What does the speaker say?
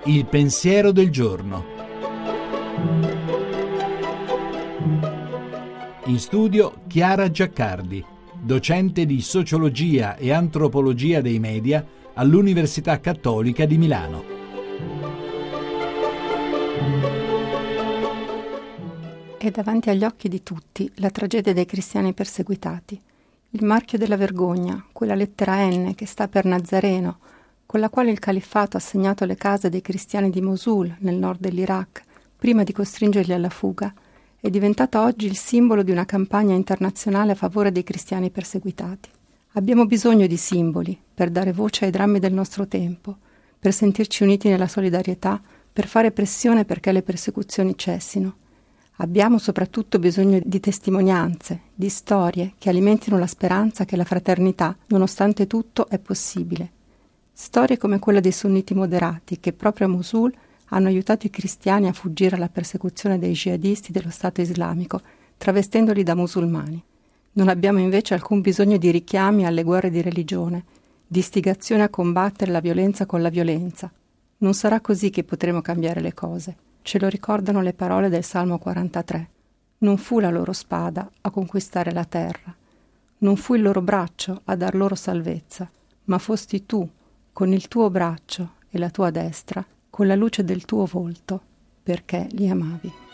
Il pensiero del giorno. In studio Chiara Giaccardi, docente di sociologia e antropologia dei media all'Università Cattolica di Milano. È davanti agli occhi di tutti la tragedia dei cristiani perseguitati. Il marchio della vergogna, quella lettera N che sta per Nazareno, con la quale il califfato ha segnato le case dei cristiani di Mosul, nel nord dell'Iraq, prima di costringerli alla fuga, è diventato oggi il simbolo di una campagna internazionale a favore dei cristiani perseguitati. Abbiamo bisogno di simboli per dare voce ai drammi del nostro tempo, per sentirci uniti nella solidarietà, per fare pressione perché le persecuzioni cessino. Abbiamo soprattutto bisogno di testimonianze, di storie che alimentino la speranza che la fraternità, nonostante tutto, è possibile. Storie come quella dei sunniti moderati che proprio a Mosul hanno aiutato i cristiani a fuggire alla persecuzione dei jihadisti dello Stato islamico, travestendoli da musulmani. Non abbiamo invece alcun bisogno di richiami alle guerre di religione, di istigazione a combattere la violenza con la violenza. Non sarà così che potremo cambiare le cose. Ce lo ricordano le parole del Salmo 43. Non fu la loro spada a conquistare la terra, non fu il loro braccio a dar loro salvezza, ma fosti tu, con il tuo braccio e la tua destra, con la luce del tuo volto, perché li amavi.